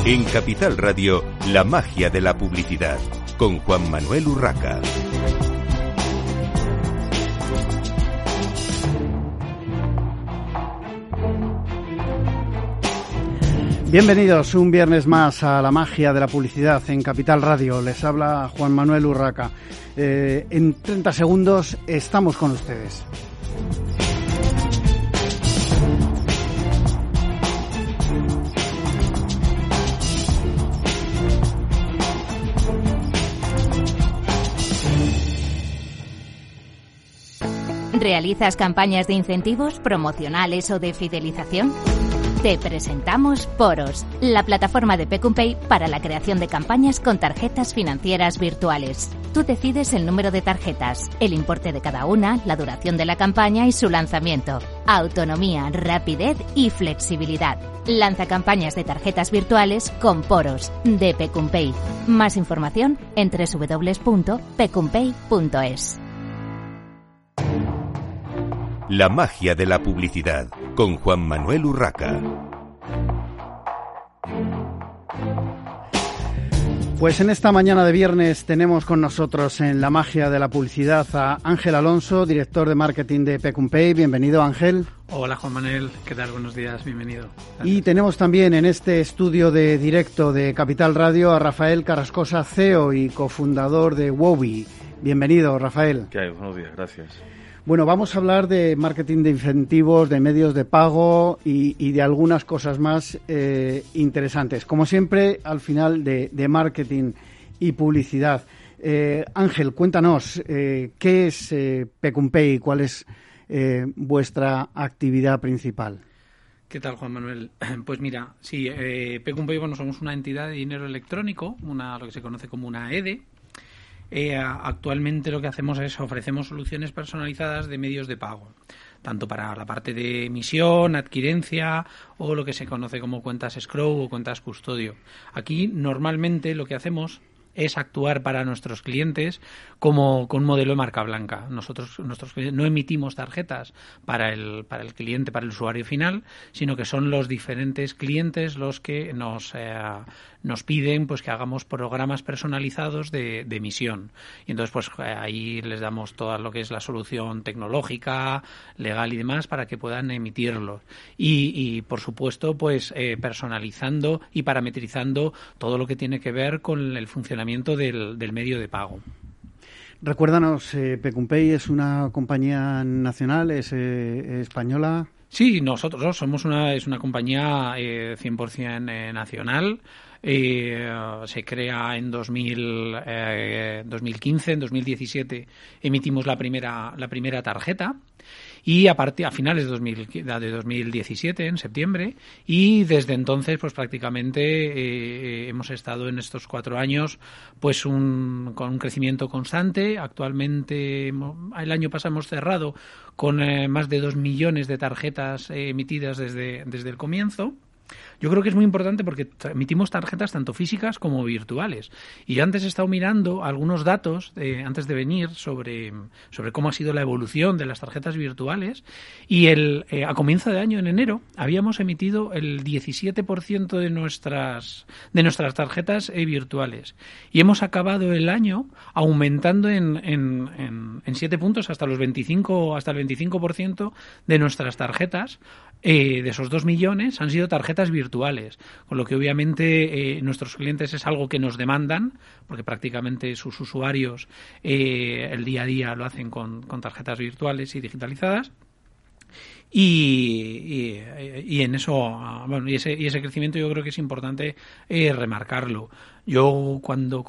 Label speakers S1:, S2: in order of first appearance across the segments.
S1: En Capital Radio, la magia de la publicidad, con Juan Manuel Urraca.
S2: Bienvenidos un viernes más a la magia de la publicidad en Capital Radio. Les habla Juan Manuel Urraca. En 30 segundos estamos con ustedes.
S3: ¿Realizas campañas de incentivos, promocionales o de fidelización? Te presentamos Poros, la plataforma de Pecunpay para la creación de campañas con tarjetas financieras virtuales. Tú decides el número de tarjetas, el importe de cada una, la duración de la campaña y su lanzamiento. Autonomía, rapidez y flexibilidad. Lanza campañas de tarjetas virtuales con Poros, de Pecunpay. Más información en www.pecunpay.es.
S1: La magia de la publicidad, con Juan Manuel Urraca.
S2: Pues en esta mañana de viernes tenemos con nosotros en la magia de la publicidad a Ángel Alonso, director de marketing de Pecunpay. Bienvenido, Ángel.
S4: Hola, Juan Manuel. ¿Qué tal? Buenos días. Bienvenido. Gracias.
S2: Y tenemos también en este estudio de directo de Capital Radio a Rafael Carrascosa, CEO y cofundador de Wowi. Bienvenido, Rafael.
S5: ¿Qué hay? Buenos días. Gracias.
S2: Bueno, vamos a hablar de marketing de incentivos, de medios de pago y de algunas cosas más interesantes. Como siempre, al final de marketing y publicidad. Ángel, cuéntanos, ¿qué es Pecunpay y cuál es vuestra actividad principal?
S4: ¿Qué tal, Juan Manuel? Pues mira, sí, Pecunpay, bueno, somos una entidad de dinero electrónico, lo que se conoce como una EDE. Actualmente lo que hacemos es ofrecemos soluciones personalizadas de medios de pago, tanto para la parte de emisión, adquirencia o lo que se conoce como cuentas escrow o cuentas custodio. Aquí normalmente lo que hacemos es actuar para nuestros clientes como con un modelo de marca blanca. Nuestros clientes no emitimos tarjetas para el cliente, para el usuario final, sino que son los diferentes clientes los que nos piden pues que hagamos programas personalizados de emisión. Y entonces pues ahí les damos todo lo que es la solución tecnológica, legal y demás para que puedan emitirlos. Y por supuesto pues personalizando y parametrizando todo lo que tiene que ver con el funcionamiento del medio de pago.
S2: Recuérdanos, Pecunpay es una compañía nacional, es española.
S4: Sí, nosotros somos una compañía 100% nacional. Se crea en 2015, en 2017 emitimos la primera tarjeta. Y a finales de 2017, en septiembre, y desde entonces pues prácticamente hemos estado en estos 4 años pues con un crecimiento constante. Actualmente el año pasado hemos cerrado con más de 2 millones de tarjetas emitidas desde el comienzo. Yo creo que es muy importante porque emitimos tarjetas tanto físicas como virtuales. Y yo antes he estado mirando algunos datos, antes de venir, sobre cómo ha sido la evolución de las tarjetas virtuales. Y a comienzo de año, en enero, habíamos emitido el 17% de nuestras tarjetas virtuales. Y hemos acabado el año aumentando en 7 puntos hasta el 25% de nuestras tarjetas. De esos 2 millones han sido tarjetas virtuales, con lo que obviamente nuestros clientes es algo que nos demandan, porque prácticamente sus usuarios el día a día lo hacen con tarjetas virtuales y digitalizadas. Y en eso, bueno, y ese crecimiento yo creo que es importante remarcarlo. Yo cuando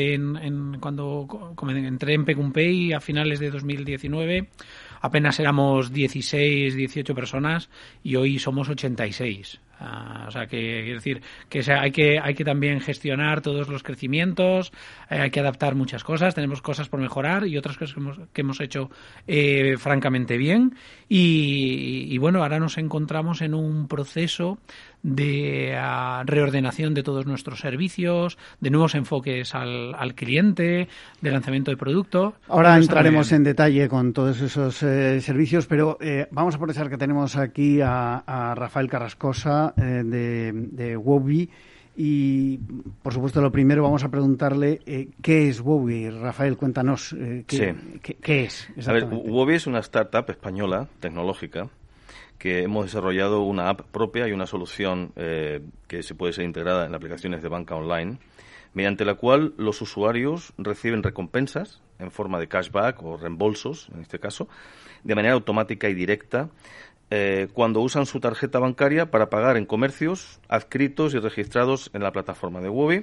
S4: entré en Pecunpay a finales de 2019, apenas éramos 16, 18 personas y hoy somos 86. O sea, que quiero decir que hay que también gestionar todos los crecimientos, hay que adaptar muchas cosas, tenemos cosas por mejorar y otras cosas que hemos hecho francamente bien. Y bueno, ahora nos encontramos en un proceso de reordenación de todos nuestros servicios, de nuevos enfoques al cliente, de lanzamiento de producto.
S2: Ahora entraremos en detalle con todos esos servicios, pero vamos a aprovechar que tenemos aquí a Rafael Carrascosa de Wowi Y, por supuesto, lo primero vamos a preguntarle qué es Wobi. Rafael, cuéntanos qué es exactamente.
S5: A ver, Wobi es una startup española, tecnológica, que hemos desarrollado una app propia y una solución que se puede ser integrada en aplicaciones de banca online, mediante la cual los usuarios reciben recompensas en forma de cashback o reembolsos, en este caso, de manera automática y directa, cuando usan su tarjeta bancaria para pagar en comercios adscritos y registrados en la plataforma de Wobi.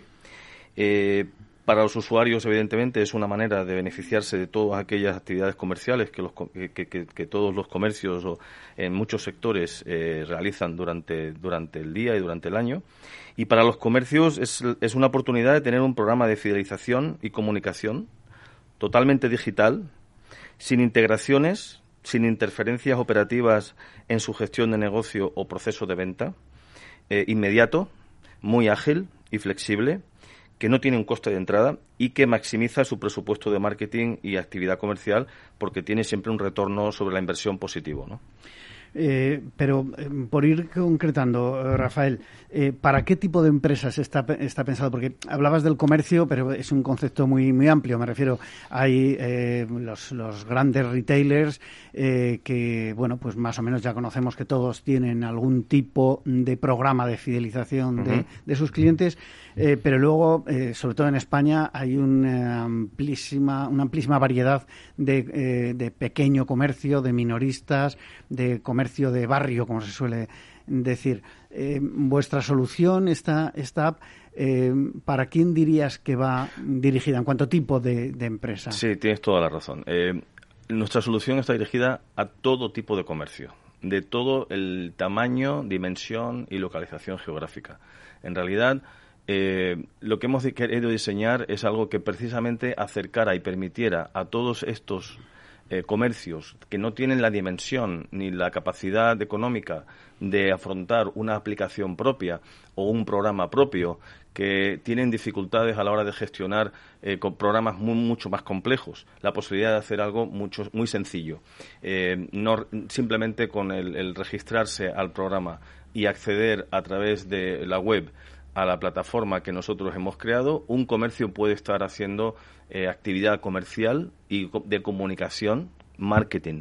S5: Para los usuarios, evidentemente, es una manera de beneficiarse de todas aquellas actividades comerciales que todos los comercios o en muchos sectores realizan durante el día y durante el año. Y para los comercios es una oportunidad de tener un programa de fidelización y comunicación totalmente digital, sin integraciones, sin interferencias operativas en su gestión de negocio o proceso de venta, inmediato, muy ágil y flexible, que no tiene un coste de entrada y que maximiza su presupuesto de marketing y actividad comercial porque tiene siempre un retorno sobre la inversión positivo, ¿no?
S2: Pero por ir concretando, Rafael, ¿para qué tipo de empresas está pensado? Porque hablabas del comercio, pero es un concepto muy muy amplio. Me refiero, hay los grandes retailers que, bueno, pues más o menos ya conocemos que todos tienen algún tipo de programa de fidelización de sus clientes, pero luego, sobre todo en España, hay una amplísima variedad de pequeño comercio, de minoristas, de comercio de barrio, como se suele decir. Vuestra solución, esta app, ¿para quién dirías que va dirigida? ¿En cuánto tipo de empresa?
S5: Sí, tienes toda la razón. Nuestra solución está dirigida a todo tipo de comercio, de todo el tamaño, dimensión y localización geográfica. En realidad, lo que hemos querido diseñar es algo que precisamente acercara y permitiera a todos estos comercios que no tienen la dimensión ni la capacidad económica de afrontar una aplicación propia o un programa propio, que tienen dificultades a la hora de gestionar con programas mucho más complejos, la posibilidad de hacer algo muy sencillo. No simplemente con el registrarse al programa y acceder a través de la web a la plataforma que nosotros hemos creado, un comercio puede estar haciendo actividad comercial y de comunicación, marketing,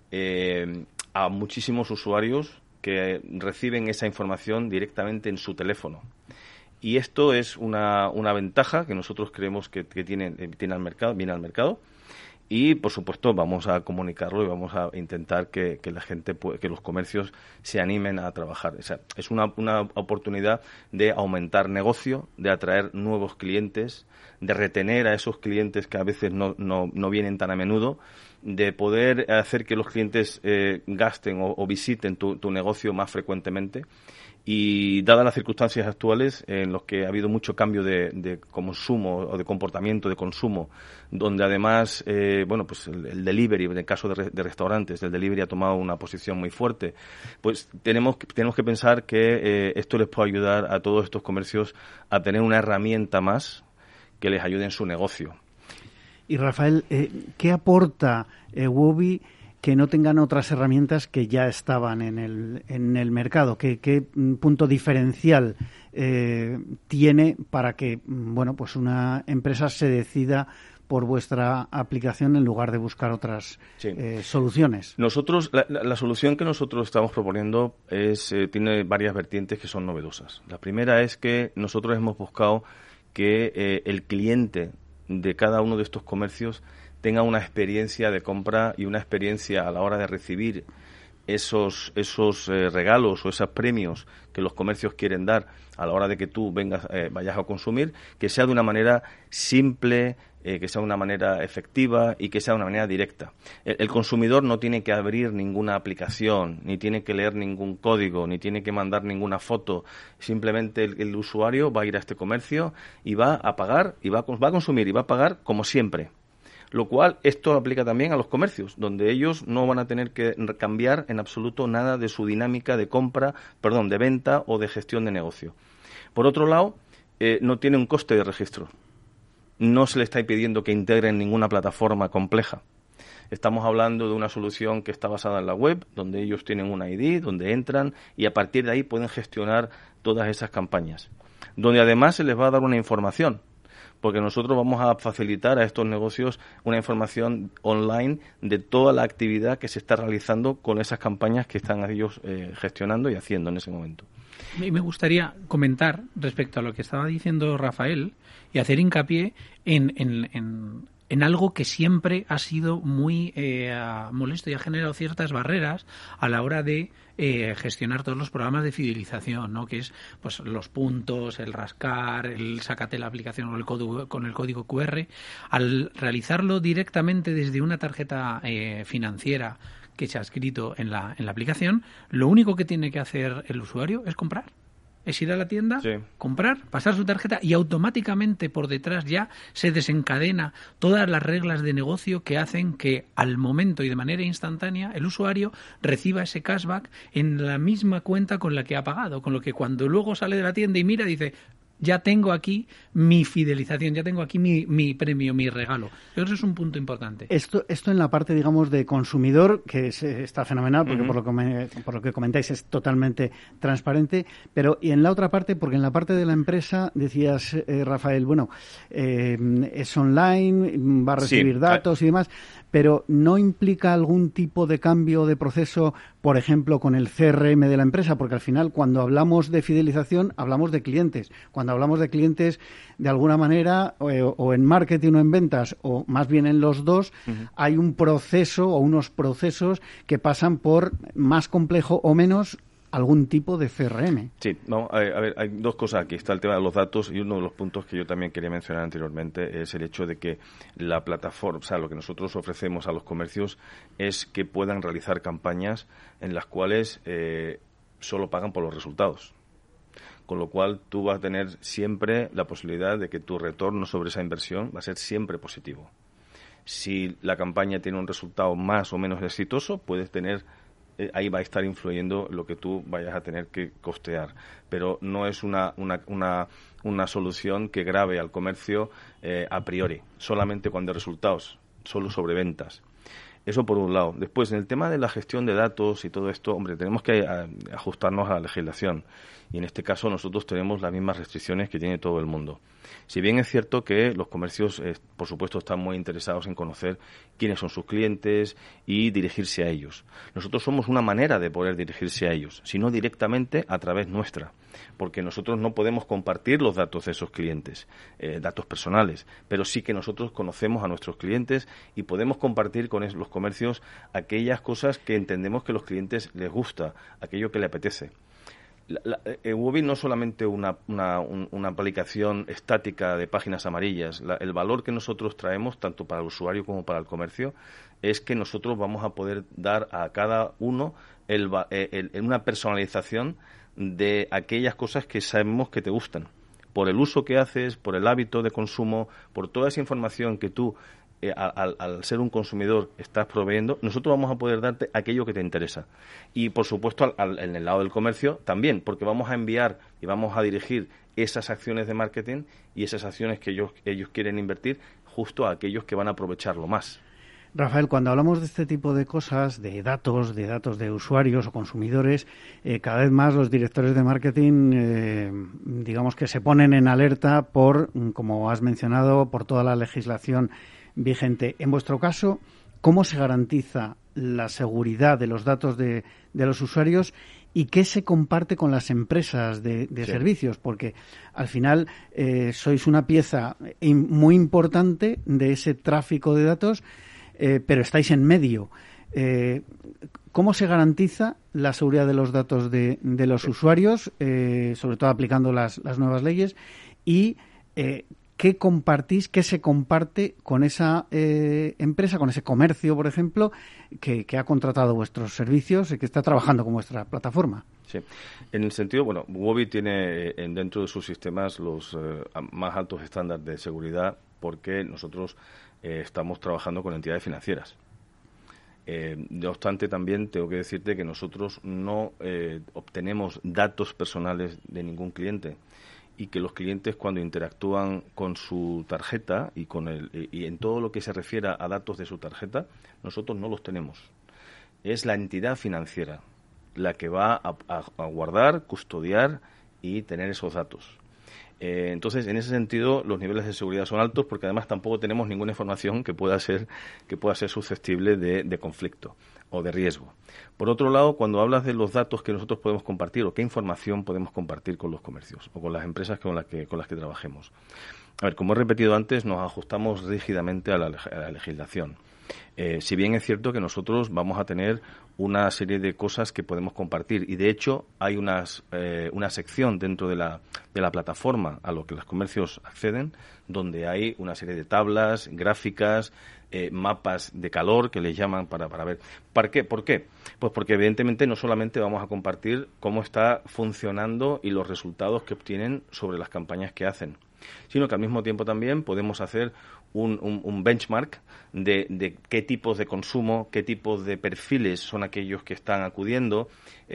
S5: a muchísimos usuarios que reciben esa información directamente en su teléfono. Y esto es una ventaja que nosotros creemos que viene al mercado. Y, por supuesto, vamos a comunicarlo y vamos a intentar que la gente, que los comercios se animen a trabajar. O sea, es una oportunidad de aumentar negocio, de atraer nuevos clientes, de retener a esos clientes que a veces no vienen tan a menudo, de poder hacer que los clientes gasten o visiten tu negocio más frecuentemente. Y dadas las circunstancias actuales en las que ha habido mucho cambio de consumo o de comportamiento de consumo, donde además, pues el delivery, en el caso de restaurantes, el delivery ha tomado una posición muy fuerte, pues tenemos que pensar que esto les puede ayudar a todos estos comercios a tener una herramienta más que les ayude en su negocio.
S2: Y Rafael, ¿qué aporta Wobi que no tengan otras herramientas que ya estaban en el mercado? ¿Qué punto diferencial tiene para que, pues una empresa se decida por vuestra aplicación en lugar de buscar otras soluciones?
S5: Nosotros, la solución que nosotros estamos proponiendo tiene varias vertientes que son novedosas. La primera es que nosotros hemos buscado que el cliente de cada uno de estos comercios tenga una experiencia de compra y una experiencia a la hora de recibir esos regalos o esos premios que los comercios quieren dar a la hora de que tú vayas a consumir, que sea de una manera simple, que sea de una manera efectiva y que sea de una manera directa. El consumidor no tiene que abrir ninguna aplicación, ni tiene que leer ningún código, ni tiene que mandar ninguna foto. Simplemente el usuario va a ir a este comercio y va a pagar, y va a consumir y va a pagar como siempre. Lo cual, esto aplica también a los comercios, donde ellos no van a tener que cambiar en absoluto nada de su dinámica de de venta o de gestión de negocio. Por otro lado, no tiene un coste de registro. No se le está pidiendo que integren ninguna plataforma compleja. Estamos hablando de una solución que está basada en la web, donde ellos tienen un ID, donde entran y a partir de ahí pueden gestionar todas esas campañas. donde además se les va a dar una información, porque nosotros vamos a facilitar a estos negocios una información online de toda la actividad que se está realizando con esas campañas que están ellos gestionando y haciendo en ese momento.
S4: Me gustaría comentar respecto a lo que estaba diciendo Rafael y hacer hincapié en algo que siempre ha sido muy molesto y ha generado ciertas barreras a la hora de gestionar todos los programas de fidelización, ¿no? Que es pues los puntos, el rascar, el sácate la aplicación con el código QR. Al realizarlo directamente desde una tarjeta financiera que se ha escrito en la aplicación, lo único que tiene que hacer el usuario es comprar. Es ir a la tienda, sí, comprar, pasar su tarjeta y automáticamente por detrás ya se desencadena todas las reglas de negocio que hacen que al momento y de manera instantánea el usuario reciba ese cashback en la misma cuenta con la que ha pagado, con lo que cuando luego sale de la tienda y mira dice: ya tengo aquí mi fidelización, ya tengo aquí mi premio, mi regalo. Eso es un punto importante.
S2: Esto en la parte, digamos, de consumidor, que está fenomenal, porque por lo que comentáis es totalmente transparente, pero y en la otra parte, porque en la parte de la empresa, decías, Rafael, bueno, es online, va a recibir datos y demás, pero ¿no implica algún tipo de cambio de proceso, por ejemplo, con el CRM de la empresa? Porque al final, cuando hablamos de fidelización, hablamos de clientes. Cuando hablamos de clientes, de alguna manera, o en marketing o en ventas, o más bien en los dos, hay un proceso o unos procesos que pasan por más complejo o menos algún tipo de CRM.
S5: Sí, vamos a ver, hay dos cosas aquí. Está el tema de los datos y uno de los puntos que yo también quería mencionar anteriormente es el hecho de que la plataforma, o sea, lo que nosotros ofrecemos a los comercios es que puedan realizar campañas en las cuales solo pagan por los resultados. Con lo cual tú vas a tener siempre la posibilidad de que tu retorno sobre esa inversión va a ser siempre positivo. Si la campaña tiene un resultado más o menos exitoso, puedes tener ahí va a estar influyendo lo que tú vayas a tener que costear. Pero no es una solución que grave al comercio a priori, solamente cuando hay resultados, solo sobre ventas. Eso por un lado. Después, en el tema de la gestión de datos y todo esto, hombre, tenemos que ajustarnos a la legislación. Y en este caso nosotros tenemos las mismas restricciones que tiene todo el mundo. Si bien es cierto que los comercios, por supuesto, están muy interesados en conocer quiénes son sus clientes y dirigirse a ellos. Nosotros somos una manera de poder dirigirse a ellos, sino directamente a través nuestra, porque nosotros no podemos compartir los datos de esos clientes, datos personales, pero sí que nosotros conocemos a nuestros clientes y podemos compartir con los comercios aquellas cosas que entendemos que a los clientes les gusta, aquello que le apetece. Wobby no es solamente una aplicación estática de páginas amarillas. El valor que nosotros traemos, tanto para el usuario como para el comercio, es que nosotros vamos a poder dar a cada uno una personalización de aquellas cosas que sabemos que te gustan. Por el uso que haces, por el hábito de consumo, por toda esa información que tú al ser un consumidor estás proveyendo, nosotros vamos a poder darte aquello que te interesa. Y, por supuesto, en el lado del comercio también, porque vamos a enviar y vamos a dirigir esas acciones de marketing y esas acciones que ellos quieren invertir justo a aquellos que van a aprovecharlo más.
S2: Rafael, cuando hablamos de este tipo de cosas, de datos de usuarios o consumidores, cada vez más los directores de marketing, digamos que se ponen en alerta por, como has mencionado, por toda la legislación vigente. En vuestro caso, ¿cómo se garantiza la seguridad de los datos de los usuarios y qué se comparte con las empresas de servicios? Porque al final sois una pieza muy importante de ese tráfico de datos, pero estáis en medio. ¿Cómo se garantiza la seguridad de los datos de los usuarios, sobre todo aplicando las nuevas leyes? Y ¿qué compartís, qué se comparte con esa empresa, con ese comercio, por ejemplo, que ha contratado vuestros servicios y que está trabajando con vuestra plataforma?
S5: Sí, en el sentido, bueno, Wobby tiene dentro de sus sistemas los más altos estándares de seguridad porque nosotros estamos trabajando con entidades financieras. No obstante, también tengo que decirte que nosotros no obtenemos datos personales de ningún cliente y que los clientes cuando interactúan con su tarjeta y en todo lo que se refiera a datos de su tarjeta, nosotros no los tenemos. Es la entidad financiera la que va a guardar, custodiar y tener esos datos. Entonces, en ese sentido, los niveles de seguridad son altos porque además tampoco tenemos ninguna información que pueda ser susceptible de conflicto o de riesgo. Por otro lado, cuando hablas de los datos que nosotros podemos compartir o qué información podemos compartir con los comercios o con las empresas con las que trabajemos. A ver, como he repetido antes, nos ajustamos rígidamente a la legislación. Si bien es cierto que nosotros vamos a tener una serie de cosas que podemos compartir y de hecho hay una sección dentro de la plataforma a lo que los comercios acceden donde hay una serie de tablas, gráficas, mapas de calor que les llaman para ver. ¿Por qué? Pues porque evidentemente no solamente vamos a compartir cómo está funcionando y los resultados que obtienen sobre las campañas que hacen, sino que al mismo tiempo también podemos hacer un benchmark de qué tipos de consumo, qué tipos de perfiles son aquellos que están acudiendo,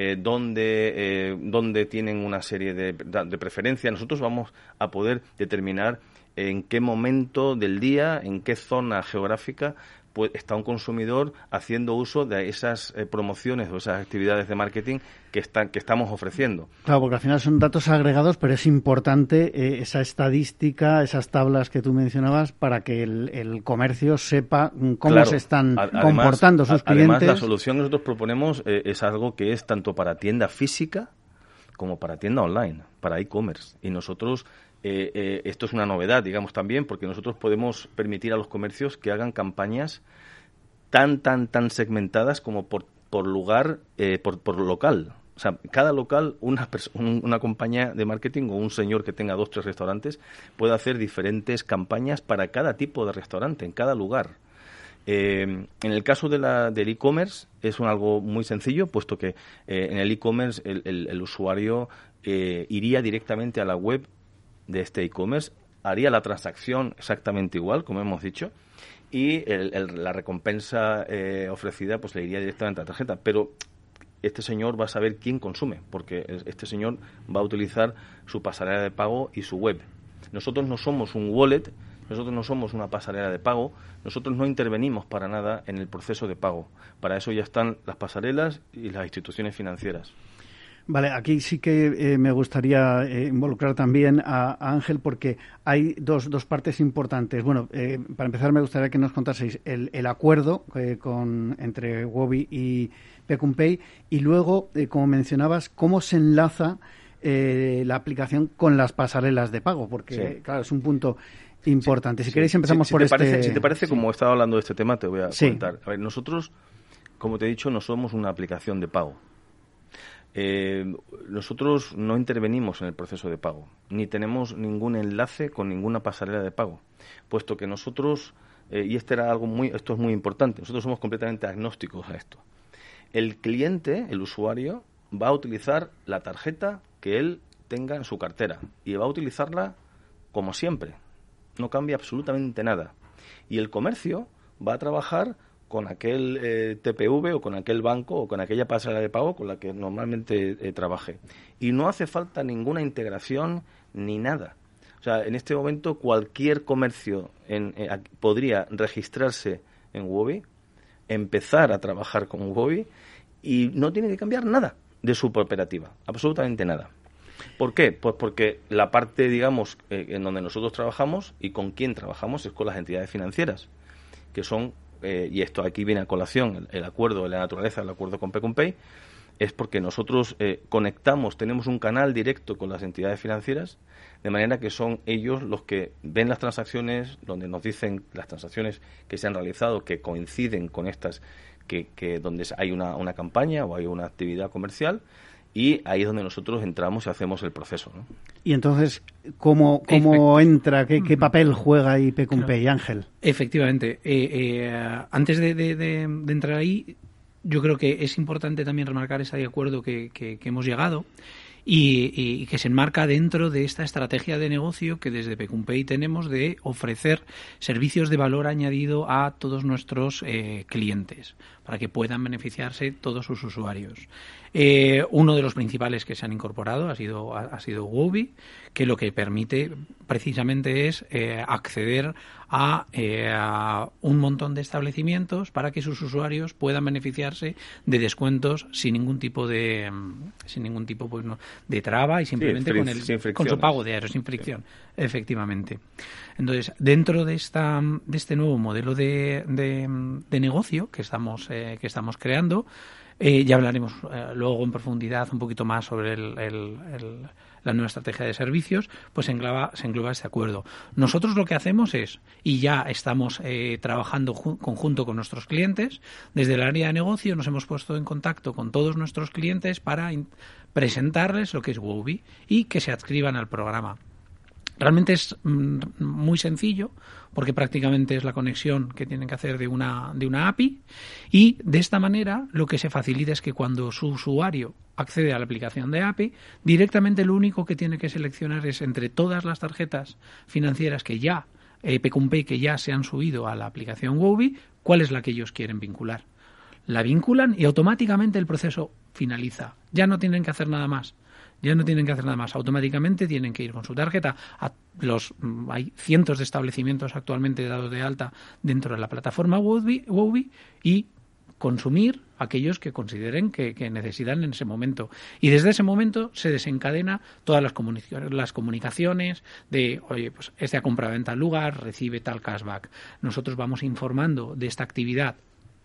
S5: dónde tienen una serie de preferencias. Nosotros vamos a poder determinar en qué momento del día, en qué zona geográfica pues está un consumidor haciendo uso de esas promociones o esas actividades de marketing que estamos ofreciendo. Claro, porque al final son datos agregados, pero es importante esa estadística, esas tablas que tú mencionabas, para que el comercio sepa cómo se están comportando sus clientes. Además, la solución que nosotros proponemos es algo que es tanto para tienda física como para tienda online, para e-commerce. Y nosotros... esto es una novedad, digamos, también, porque nosotros podemos permitir a los comercios que hagan campañas tan segmentadas como por lugar, por local. O sea, cada local, una compañía de marketing o un señor que tenga 2 o 3 restaurantes puede hacer diferentes campañas para cada tipo de restaurante, en cada lugar. En el caso del e-commerce es algo muy sencillo, puesto que en el e-commerce el usuario iría directamente a la web de este e-commerce, haría la transacción exactamente igual, como hemos dicho, y la recompensa ofrecida pues le iría directamente a la tarjeta. Pero este señor va a saber quién consume, porque este señor va a utilizar su pasarela de pago y su web. Nosotros no somos un wallet, nosotros no somos una pasarela de pago, nosotros no intervenimos para nada en el proceso de pago. Para eso ya están las pasarelas y las instituciones financieras. Vale, aquí sí que me gustaría involucrar también a Ángel, porque hay dos partes importantes. Bueno, para empezar me gustaría que nos contaseis el acuerdo entre Wobby y Pecunpay y luego, como mencionabas, cómo se enlaza la aplicación con las pasarelas de pago, porque sí, claro, es un punto importante. Si queréis empezamos por este... Si te parece, como he estado hablando de este tema, te voy a comentar. A ver, nosotros, como te he dicho, no somos una aplicación de pago. Nosotros no intervenimos en el proceso de pago, ni tenemos ningún enlace con ninguna pasarela de pago, puesto que nosotros, y esto es muy importante, nosotros somos completamente agnósticos a esto. El cliente, el usuario, va a utilizar la tarjeta que él tenga en su cartera y va a utilizarla como siempre, no cambia absolutamente nada. Y el comercio va a trabajar con aquel TPV o con aquel banco o con aquella pasarela de pago con la que normalmente trabaje. Y no hace falta ninguna integración ni nada. O sea, en este momento cualquier comercio podría registrarse en Wobby, empezar a trabajar con Wobby y no tiene que cambiar nada de su operativa, absolutamente nada. ¿Por qué? Pues porque la parte, digamos, en donde nosotros trabajamos y con quién trabajamos es con las entidades financieras, que son... y esto aquí viene a colación, el acuerdo de la naturaleza del acuerdo con Pecunpay, es porque nosotros tenemos un canal directo con las entidades financieras, de manera que son ellos los que ven las transacciones, donde nos dicen las transacciones que se han realizado, que coinciden con estas, que donde hay una campaña o hay una actividad comercial, y ahí es donde nosotros entramos y hacemos el proceso, ¿no? Y entonces, ¿cómo entra, qué papel juega ahí Pecunpay, Ángel? Efectivamente. Antes de entrar ahí, yo creo que es importante también remarcar ese acuerdo que hemos llegado y que se enmarca dentro de esta estrategia de negocio que desde Pecunpay tenemos de ofrecer servicios de valor añadido a todos nuestros clientes.
S4: para que puedan beneficiarse todos sus usuarios. Uno de los principales que se han incorporado ha sido Wobby, que lo que permite precisamente es acceder a un montón de establecimientos para que sus usuarios puedan beneficiarse de descuentos sin ningún tipo de de traba y simplemente con su pago diario, sin fricción, sí. Efectivamente. Entonces, dentro de este nuevo modelo de negocio que estamos creando, ya hablaremos luego en profundidad un poquito más sobre la nueva estrategia de servicios, pues se engloba este acuerdo. Nosotros lo que hacemos es, y ya estamos trabajando conjunto con nuestros clientes, desde el área de negocio nos hemos puesto en contacto con todos nuestros clientes para presentarles lo que es Wobby y que se adscriban al programa. Realmente es muy sencillo porque prácticamente es la conexión que tienen que hacer de una API, y de esta manera lo que se facilita es que cuando su usuario accede a la aplicación de API, directamente lo único que tiene que seleccionar es entre todas las tarjetas financieras que ya P&Pay que ya se han subido a la aplicación Wobby, cuál es la que ellos quieren vincular. La vinculan y automáticamente el proceso finaliza. Ya no tienen que hacer nada más. Automáticamente tienen que ir con su tarjeta hay cientos de establecimientos actualmente dados de alta dentro de la plataforma Wobby y consumir aquellos que consideren que necesitan en ese momento. Y desde ese momento se desencadena todas las comunicaciones de, oye, pues este ha comprado en tal lugar, recibe tal cashback. Nosotros vamos informando de esta actividad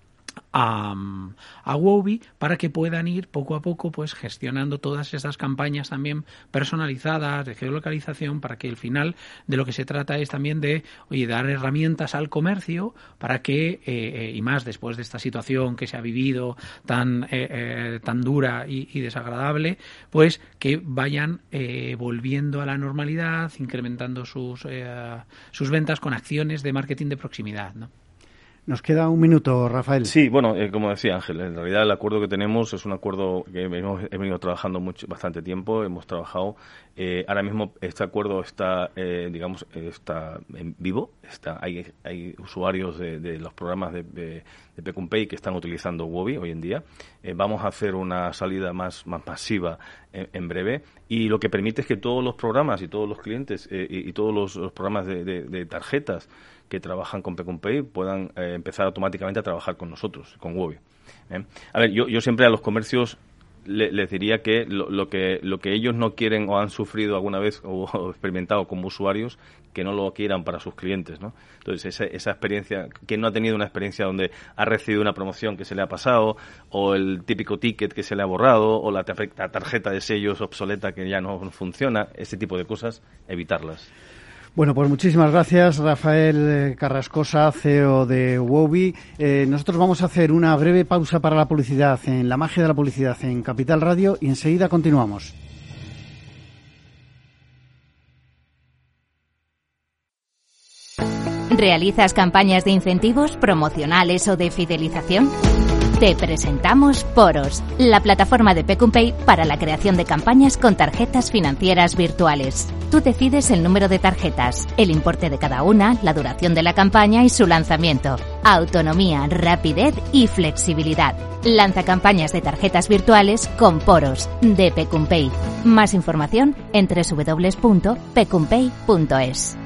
S4: a Wobby para que puedan ir poco a poco pues gestionando todas estas campañas también personalizadas de geolocalización, para que al final de lo que se trata es también de dar herramientas al comercio para que y más después de esta situación que se ha vivido tan dura y desagradable, pues que vayan volviendo a la normalidad, incrementando sus ventas con acciones de marketing de proximidad, ¿no?
S2: Nos queda un minuto, Rafael.
S5: Sí, bueno, como decía Ángel, en realidad el acuerdo que tenemos es un acuerdo que hemos venido trabajando bastante tiempo, hemos trabajado. Ahora mismo este acuerdo está, está en vivo. Hay usuarios de los programas de P&Pay que están utilizando Wobby hoy en día. Vamos a hacer una salida más masiva en breve, y lo que permite es que todos los programas y todos los clientes y todos los programas de tarjetas que trabajan con P&Pay puedan empezar automáticamente a trabajar con nosotros, con Wobby. A ver, yo siempre a los comercios les diría que lo que ellos no quieren o han sufrido alguna vez o experimentado como usuarios, que no lo quieran para sus clientes, ¿no? Entonces, esa experiencia, que no ha tenido una experiencia donde ha recibido una promoción que se le ha pasado, o el típico ticket que se le ha borrado, o la tarjeta de sellos obsoleta que ya no funciona, ese tipo de cosas, evitarlas.
S2: Bueno, pues muchísimas gracias, Rafael Carrascosa, CEO de Wobby. Nosotros vamos a hacer una breve pausa para la publicidad en La Magia de la Publicidad en Capital Radio y enseguida continuamos.
S3: ¿Realizas campañas de incentivos, promocionales o de fidelización? Te presentamos Poros, la plataforma de P&Pay para la creación de campañas con tarjetas financieras virtuales. Tú decides el número de tarjetas, el importe de cada una, la duración de la campaña y su lanzamiento. Autonomía, rapidez y flexibilidad. Lanza campañas de tarjetas virtuales con Poros, de P&Pay. Más información en www.pcunpay.es.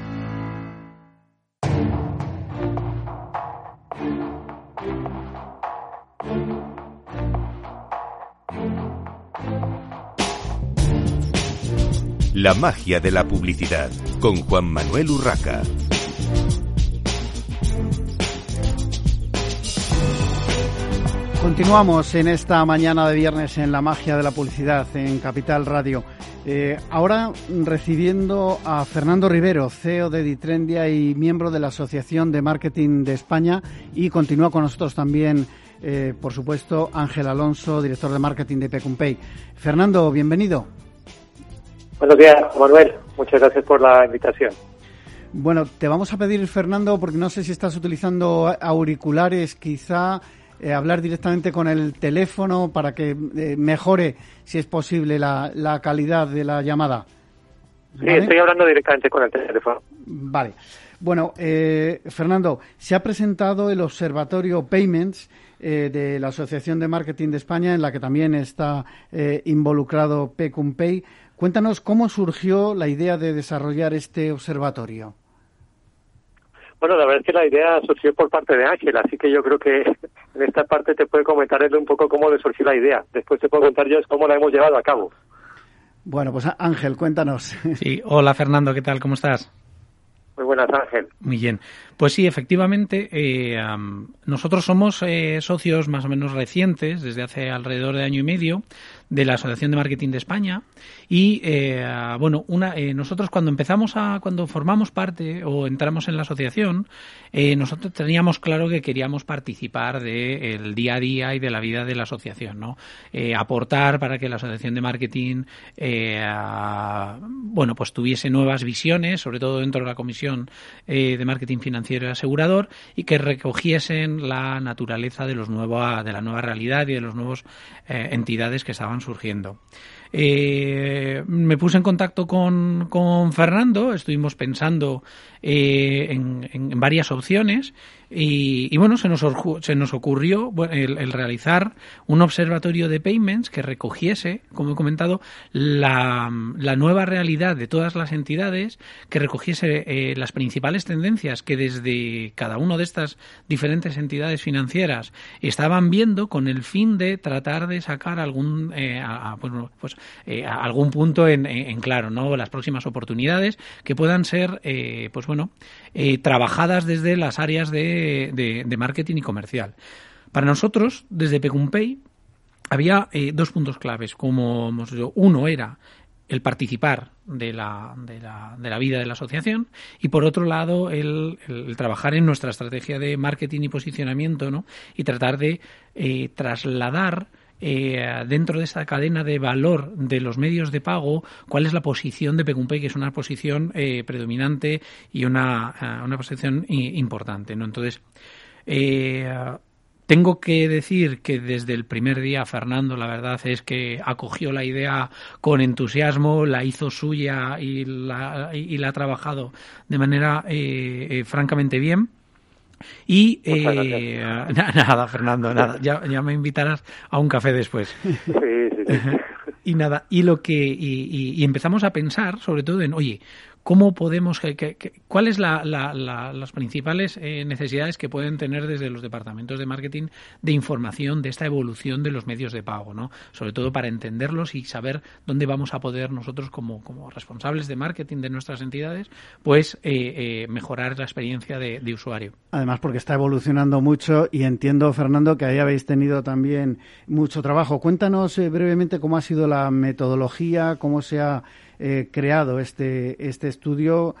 S1: La magia de la publicidad, con Juan Manuel Urraca.
S2: Continuamos en esta mañana de viernes en La Magia de la Publicidad en Capital Radio. Ahora recibiendo a Fernando Rivero, CEO de Ditrendia y miembro de la Asociación de Marketing de España, y continúa con nosotros también, por supuesto, Ángel Alonso, director de marketing de P&Pay. Fernando, bienvenido.
S6: Buenos días, Manuel. Muchas gracias por la invitación.
S2: Bueno, te vamos a pedir, Fernando, porque no sé si estás utilizando auriculares, quizá hablar directamente con el teléfono para que mejore, si es posible, la calidad de la llamada.
S6: ¿Vale? Sí, estoy hablando directamente con el teléfono.
S2: Vale. Bueno, Fernando, se ha presentado el Observatorio Payments, de la Asociación de Marketing de España, en la que también está involucrado Pay. Cuéntanos cómo surgió la idea de desarrollar este observatorio.
S6: Bueno, la verdad es que la idea surgió por parte de Ángel, así que yo creo que en esta parte te puede comentar él un poco cómo le surgió la idea. Después te puedo contar yo cómo la hemos llevado a cabo.
S2: Bueno, pues Ángel, cuéntanos.
S4: Sí, hola Fernando, ¿qué tal? ¿Cómo estás?
S6: Muy buenas, Ángel.
S4: Muy bien. Pues sí, efectivamente, nosotros somos socios más o menos recientes, desde hace alrededor de año y medio, de la Asociación de Marketing de España. Y, nosotros cuando formamos parte o entramos en la asociación, nosotros teníamos claro que queríamos participar del día a día y de la vida de la asociación, ¿no? Aportar para que la Asociación de Marketing, pues tuviese nuevas visiones, sobre todo dentro de la Comisión de Marketing Financiero y Asegurador, y que recogiesen la naturaleza de la nueva realidad y de los nuevos entidades que estaban surgiendo. Me puse en contacto con Fernando, estuvimos pensando en varias opciones y bueno, se nos ocurrió el realizar un observatorio de payments que recogiese, como he comentado, la nueva realidad de todas las entidades, que recogiese las principales tendencias que desde cada una de estas diferentes entidades financieras estaban viendo, con el fin de tratar de sacar algún punto en claro, ¿no? Las próximas oportunidades que puedan ser trabajadas desde las áreas de marketing y comercial. Para nosotros, desde Pay, había dos puntos claves. Como hemos dicho, uno era el participar de la vida de la asociación, y por otro lado el trabajar en nuestra estrategia de marketing y posicionamiento, ¿no? Y tratar de trasladar dentro de esta cadena de valor de los medios de pago cuál es la posición de Pay, que es una posición predominante y una posición importante, ¿no? Entonces, tengo que decir que desde el primer día Fernando, la verdad es que acogió la idea con entusiasmo, la hizo suya y la ha trabajado de manera francamente bien. Y nada, Fernando, nada, ya me invitarás a un café después.
S6: Sí.
S4: Y nada, y empezamos a pensar sobre todo en, oye, ¿cómo podemos, cuáles las principales necesidades que pueden tener desde los departamentos de marketing de información de esta evolución de los medios de pago, ¿no? Sobre todo para entenderlos y saber dónde vamos a poder nosotros como responsables de marketing de nuestras entidades, pues mejorar la experiencia de usuario.
S2: Además, porque está evolucionando mucho y entiendo, Fernando, que ahí habéis tenido también mucho trabajo. Cuéntanos brevemente cómo ha sido la metodología, cómo se ha creado este estudio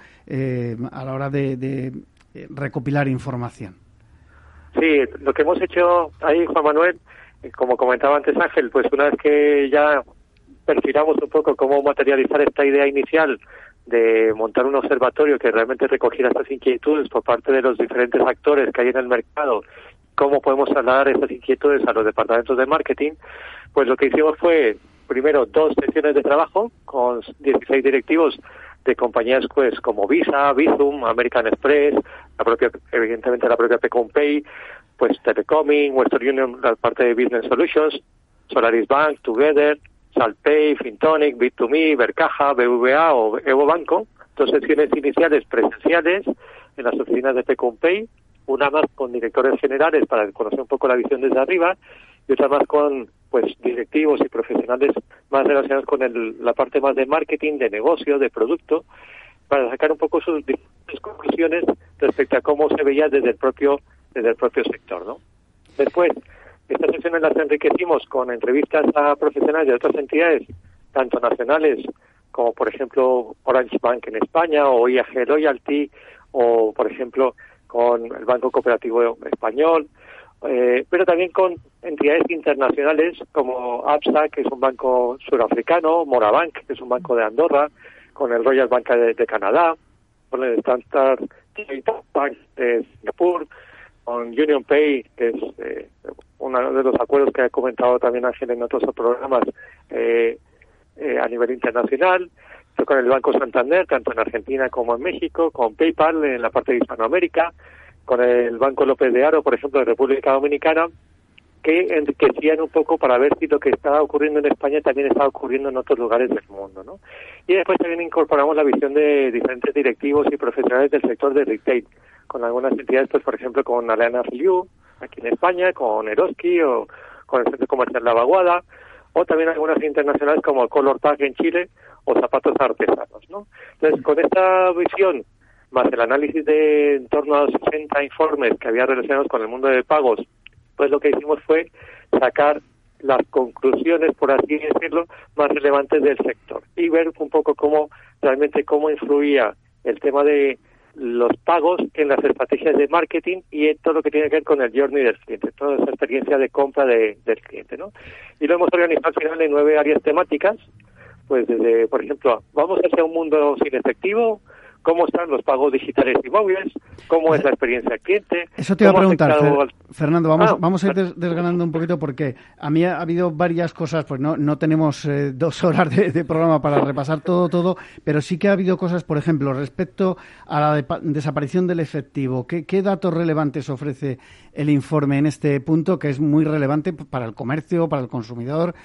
S2: a la hora de recopilar información.
S6: Sí, lo que hemos hecho ahí, Juan Manuel, como comentaba antes Ángel, pues una vez que ya perfilamos un poco cómo materializar esta idea inicial de montar un observatorio que realmente recogiera estas inquietudes por parte de los diferentes actores que hay en el mercado, cómo podemos trasladar estas inquietudes a los departamentos de marketing, pues lo que hicimos fue, primero, 2 sesiones de trabajo con 16 directivos de compañías como Visa, Bizum, American Express, evidentemente la propia Pay, pues Telecoming, Western Union, la parte de Business Solutions, Solaris Bank, Together, Salpay, Fintonic, Bit2Me, Vercaja, BBVA o Evo Banco. 2 sesiones iniciales presenciales en las oficinas de Pay, una más con directores generales para conocer un poco la visión desde arriba y otra más con directivos y profesionales más relacionados con la parte más de marketing, de negocio, de producto, para sacar un poco sus diferentes conclusiones respecto a cómo se veía desde el propio sector, ¿no? Después, estas sesiones las enriquecimos con entrevistas a profesionales de otras entidades, tanto nacionales como, por ejemplo, Orange Bank en España o IAG Loyalty o, por ejemplo, con el Banco Cooperativo Español, pero también con entidades internacionales como ABSA, que es un banco surafricano, Morabank, que es un banco de Andorra, con el Royal Bank de Canadá, con el Standard Bank de Singapur, con Union Pay, que es uno de los acuerdos que ha comentado también Ángel en otros programas a nivel internacional, con el Banco Santander, tanto en Argentina como en México, con PayPal en la parte de Hispanoamérica, con el Banco López de Haro, por ejemplo, de República Dominicana, que enriquecían un poco para ver si lo que estaba ocurriendo en España también estaba ocurriendo en otros lugares del mundo, ¿no? Y después también incorporamos la visión de diferentes directivos y profesionales del sector de retail, con algunas entidades, pues por ejemplo con Alena Filiu, aquí en España, con Eroski o con el Centro Comercial La Vaguada, o también algunas internacionales como Color Tag en Chile o Zapatos Artesanos, ¿no? Entonces, con esta visión, más el análisis de en torno a 60 informes que había relacionados con el mundo de pagos, pues lo que hicimos fue sacar las conclusiones, por así decirlo, más relevantes del sector y ver un poco cómo influía el tema de los pagos en las estrategias de marketing y en todo lo que tiene que ver con el journey del cliente, toda esa experiencia de compra del cliente, ¿no? Y lo hemos organizado al final en 9 áreas temáticas, pues desde, por ejemplo, vamos hacia un mundo sin efectivo, cómo están los pagos digitales y móviles, cómo es la experiencia del cliente.
S2: Eso te iba a preguntar, Fernando, vamos a ir desgranando un poquito porque a mí ha habido varias cosas, pues no tenemos 2 horas de programa para repasar todo, pero sí que ha habido cosas, por ejemplo, respecto a la desaparición del efectivo. ¿Qué datos relevantes ofrece el informe en este punto, que es muy relevante para el comercio, para el consumidor?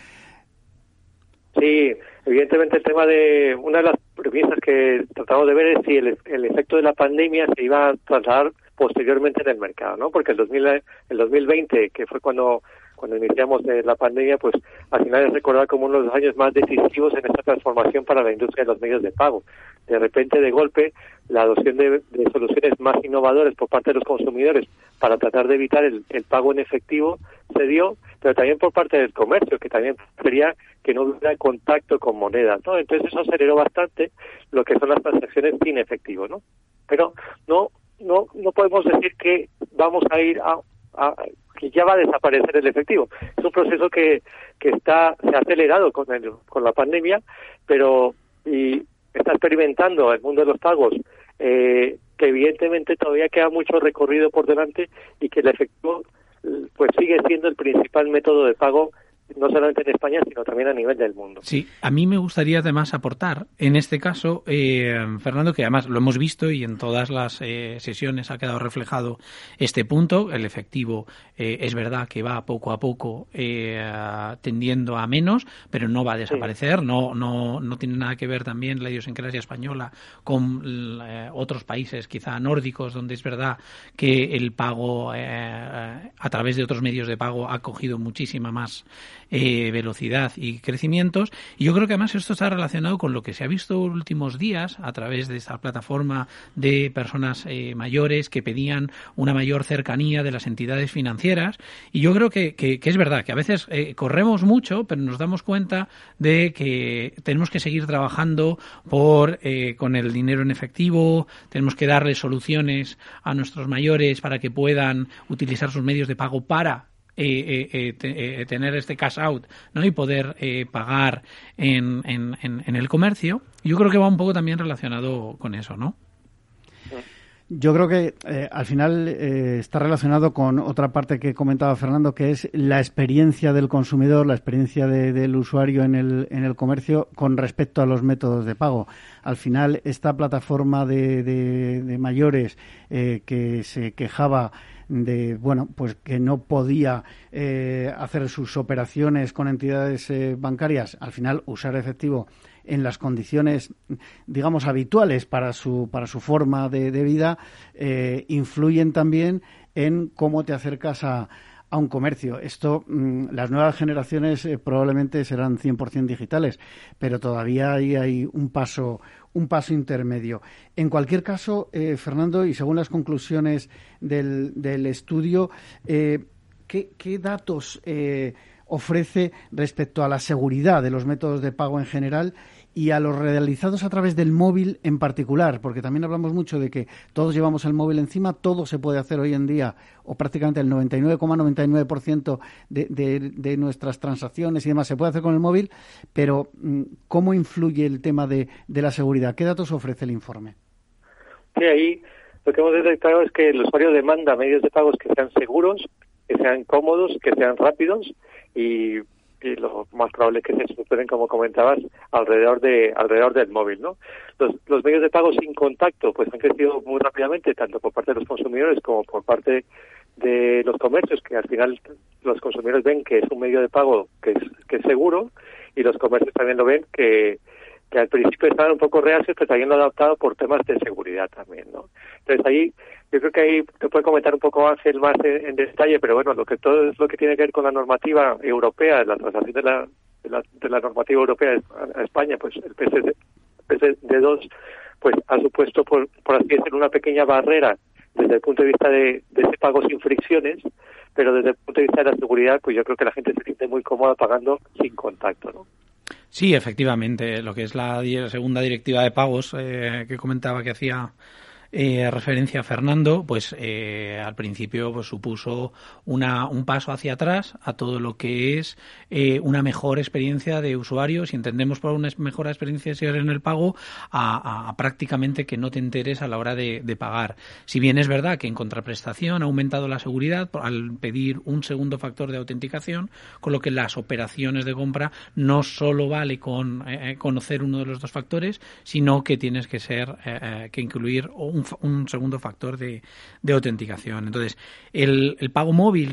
S6: Sí, evidentemente el tema de una de las premisas que tratamos de ver es si el efecto de la pandemia se iba a trasladar posteriormente en el mercado, ¿no? Porque el 2020, que fue cuando iniciamos la pandemia, pues al final es recordar como uno de los años más decisivos en esta transformación para la industria de los medios de pago. De repente, de golpe, la adopción de soluciones más innovadoras por parte de los consumidores para tratar de evitar el pago en efectivo se dio, pero también por parte del comercio, que también quería que no hubiera contacto con moneda, ¿no? Entonces eso aceleró bastante lo que son las transacciones sin efectivo, ¿no? Pero no podemos decir que vamos a ir que ya va a desaparecer el efectivo. Es un proceso que se ha acelerado con la pandemia, pero y está experimentando el mundo de los pagos, que evidentemente todavía queda mucho recorrido por delante y que el efectivo pues sigue siendo el principal método de pago, no solamente en España, sino también a nivel del mundo.
S4: Sí, a mí me gustaría además aportar, en este caso, Fernando, que además lo hemos visto y en todas las sesiones ha quedado reflejado este punto. El efectivo es verdad que va poco a poco tendiendo a menos, pero no va a desaparecer. Sí. No tiene nada que ver también la idiosincrasia española con otros países, quizá nórdicos, donde es verdad que el pago a través de otros medios de pago ha cogido muchísima más velocidad y crecimientos. Y yo creo que además esto está relacionado con lo que se ha visto en los últimos días a través de esta plataforma de personas mayores que pedían una mayor cercanía de las entidades financieras. Y yo creo que es verdad que a veces corremos mucho, pero nos damos cuenta de que tenemos que seguir trabajando con el dinero en efectivo, tenemos que darle soluciones a nuestros mayores para que puedan utilizar sus medios de pago para tener este cash out, ¿no? Y poder pagar en el comercio. Yo creo que va un poco también relacionado con eso, ¿no?
S2: Yo creo que al final está relacionado con otra parte que comentaba Fernando, que es la experiencia del consumidor, la experiencia del usuario en el comercio con respecto a los métodos de pago. Al final, esta plataforma de mayores que se quejaba pues que no podía hacer sus operaciones con entidades bancarias, al final usar efectivo en las condiciones, digamos, habituales para su forma de vida, influyen también en cómo te acercas a un comercio. Esto, las nuevas generaciones probablemente serán 100% digitales, pero todavía hay un paso intermedio. En cualquier caso, Fernando, y según las conclusiones del estudio, ¿qué datos ofrece respecto a la seguridad de los métodos de pago en general y a los realizados a través del móvil en particular? Porque también hablamos mucho de que todos llevamos el móvil encima, todo se puede hacer hoy en día, o prácticamente el 99,99% de nuestras transacciones y demás se puede hacer con el móvil, pero ¿cómo influye el tema de la seguridad? ¿Qué datos ofrece el informe?
S6: Sí, ahí lo que hemos detectado es que el usuario demanda medios de pagos que sean seguros, que sean cómodos, que sean rápidos y lo más probable es que se superen, como comentabas, alrededor del móvil, ¿no? Los medios de pago sin contacto pues han crecido muy rápidamente, tanto por parte de los consumidores como por parte de los comercios, que al final los consumidores ven que es un medio de pago que es seguro, y los comercios también lo ven que al principio estaban un poco reacios, pero también lo han adaptado por temas de seguridad también, ¿no? Entonces ahí, yo creo que ahí te puede comentar un poco Ángel más en detalle, pero bueno, todo es lo que tiene que ver con la normativa europea, la traslación de la normativa europea a España, pues el PSD2 pues ha supuesto, por así decirlo, una pequeña barrera desde el punto de vista de ese pago sin fricciones, pero desde el punto de vista de la seguridad, pues yo creo que la gente se siente muy cómoda pagando sin contacto, ¿no?
S4: Sí, efectivamente, lo que es la segunda directiva de pagos que comentaba que hacía referencia a Fernando, pues al principio pues supuso un paso hacia atrás a todo lo que es una mejor experiencia de usuario. Si entendemos por una mejor experiencia en el pago, a prácticamente que no te enteres a la hora de pagar. Si bien es verdad que en contraprestación ha aumentado la seguridad al pedir un segundo factor de autenticación, con lo que las operaciones de compra no solo vale con conocer uno de los dos factores, sino que tienes que incluir un segundo factor de autenticación. Entonces, el pago móvil,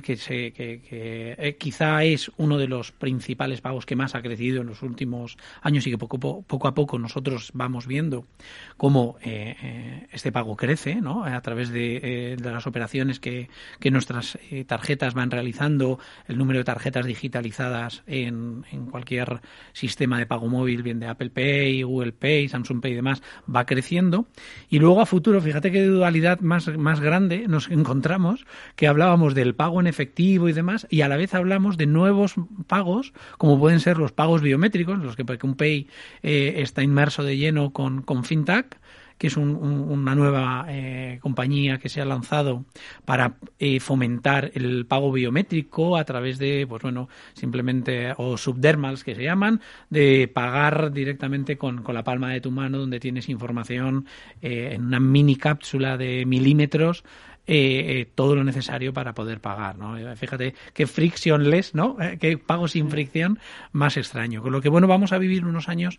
S4: que quizá es uno de los principales pagos que más ha crecido en los últimos años y que poco a poco nosotros vamos viendo cómo este pago crece, ¿no? A través de las operaciones que nuestras tarjetas van realizando, el número de tarjetas digitalizadas en cualquier sistema de pago móvil, bien de Apple Pay, Google Pay, Samsung Pay y demás, va creciendo. Y luego a futuro, fíjate qué dualidad más grande nos encontramos, que hablábamos del pago en efectivo y demás, y a la vez hablamos de nuevos pagos, como pueden ser los pagos biométricos, los que PecumPay está inmerso de lleno con Fintech, que es una nueva compañía que se ha lanzado para fomentar el pago biométrico a través de, pues bueno, simplemente, o subdermals que se llaman, de pagar directamente con la palma de tu mano, donde tienes información en una mini cápsula de milímetros, todo lo necesario para poder pagar, ¿no? Fíjate qué frictionless, ¿no? Qué pago sin fricción más extraño. Con lo que, bueno, vamos a vivir unos años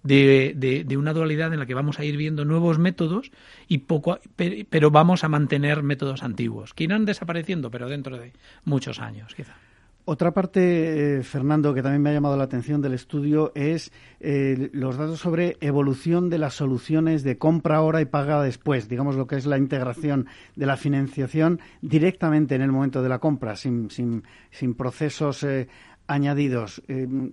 S4: de una dualidad en la que vamos a ir viendo nuevos métodos pero vamos a mantener métodos antiguos, que irán desapareciendo, pero dentro de muchos años, quizá.
S2: Otra parte, Fernando, que también me ha llamado la atención del estudio es los datos sobre evolución de las soluciones de compra ahora y paga después, digamos lo que es la integración de la financiación directamente en el momento de la compra, sin procesos añadidos.